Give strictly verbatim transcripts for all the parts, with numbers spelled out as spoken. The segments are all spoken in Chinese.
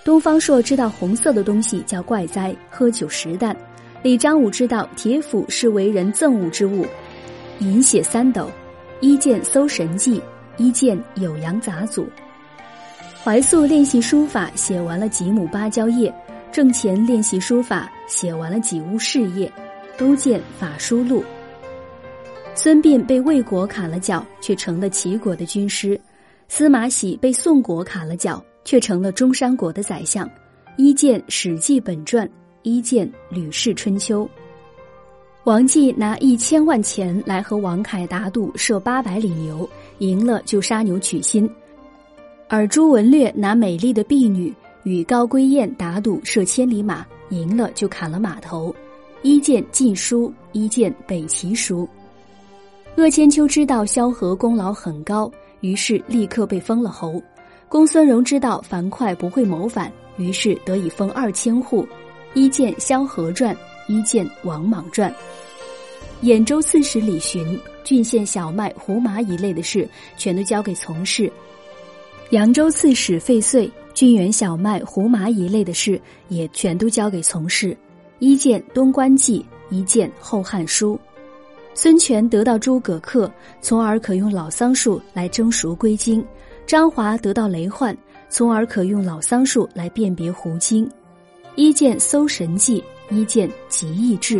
东方朔知道红色的东西叫怪哉，喝酒食啖。李张武知道铁斧是为人憎恶之物，饮血三斗。一见搜神记，一见酉阳杂俎。怀素练习书法，写完了几亩芭蕉叶；郑乾练习书法，写完了几屋事业，都见法书录。孙膑被魏国砍了脚，却成了齐国的军师；司马喜被宋国砍了脚，却成了中山国的宰相。一见《史记》本传，一见《吕氏春秋》。王继拿一千万钱来和王凯打赌射八百里牛，赢了就杀牛取心；而朱文略拿美丽的婢女与高归燕打赌射千里马，赢了就砍了马头。一见《晋书》，一见《北齐书》。鄂千秋知道萧何功劳很高，于是立刻被封了侯。公孙荣知道樊哙不会谋反，于是得以封二千户。一见《萧何传》，一见《王莽传》。兖州刺史李寻，郡县小麦、胡麻一类的事全都交给从事；扬州刺史费燧，郡原小麦、胡麻一类的事也全都交给从事。一见《东关记》，一见《后汉书》。孙权得到诸葛恪，从而可用老桑树来征赎归经；张华得到雷焕，从而可用老桑树来辨别胡经。一见《搜神记》，一见《集异志》。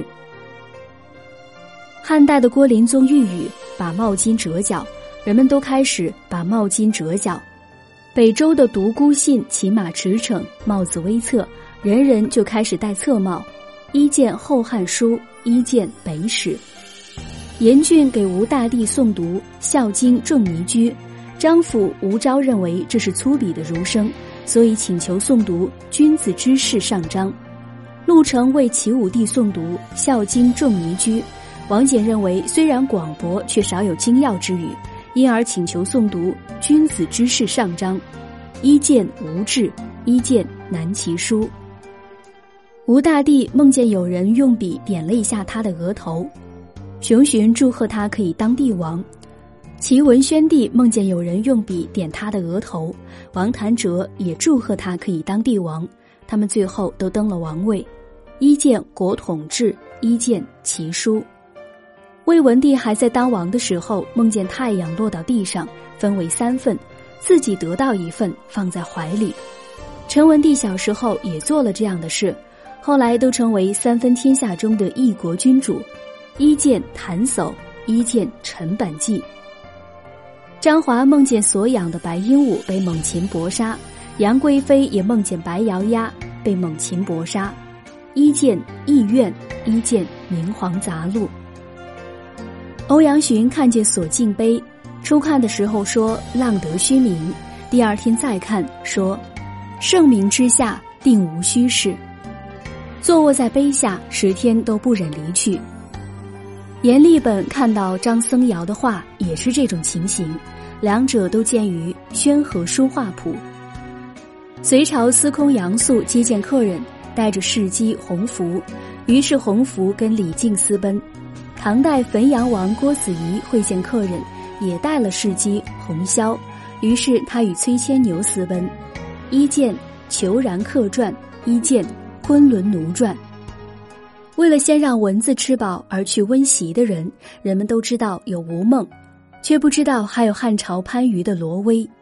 汉代的郭林宗御宇把帽巾折角，人们都开始把帽巾折角。北周的独孤信骑马驰骋，帽子微侧，人人就开始戴侧帽。一见《后汉书》，一见《北史》。严峻给吴大帝诵读《孝经仲尼居》，张辅、吴昭认为这是粗鄙的儒生，所以请求诵读《君子之事上章》。陆程为齐武帝诵读《孝经仲尼居》，王翦认为虽然广博，却少有精要之语，因而请求诵读《君子之事上章》。一见吴志，一见南齐书。吴大帝梦见有人用笔点了一下他的额头，熊询祝贺他可以当帝王。齐文宣帝梦见有人用笔点他的额头，王谭哲也祝贺他可以当帝王，他们最后都登了王位。一见国统制，一见齐书。魏文帝还在当王的时候，梦见太阳落到地上，分为三份，自己得到一份放在怀里。陈文帝小时候也做了这样的事，后来都成为三分天下中的一国君主。一见谭叟，一见陈板记。张华梦见所养的白鹦鹉被猛禽搏杀，杨贵妃也梦见白姚鸭被猛禽搏杀。一见意愿，一见明皇杂录。欧阳询看见所敬碑，初看的时候说浪得虚名，第二天再看说盛名之下定无虚事。坐卧在碑下十天都不忍离去。阎立本看到张僧繇的画也是这种情形，两者都见于《宣和书画谱》。隋朝司空杨素接见客人，带着侍姬洪福，于是洪福跟李靖私奔。唐代汾阳王郭子仪会见客人，也带了侍姬洪潇，于是他与崔千牛私奔。一见《虬髯客传》，一见《昆仑奴传》。为了先让蚊子吃饱而去温席的人，人们都知道有吴孟，却不知道还有汉朝番禺的罗威。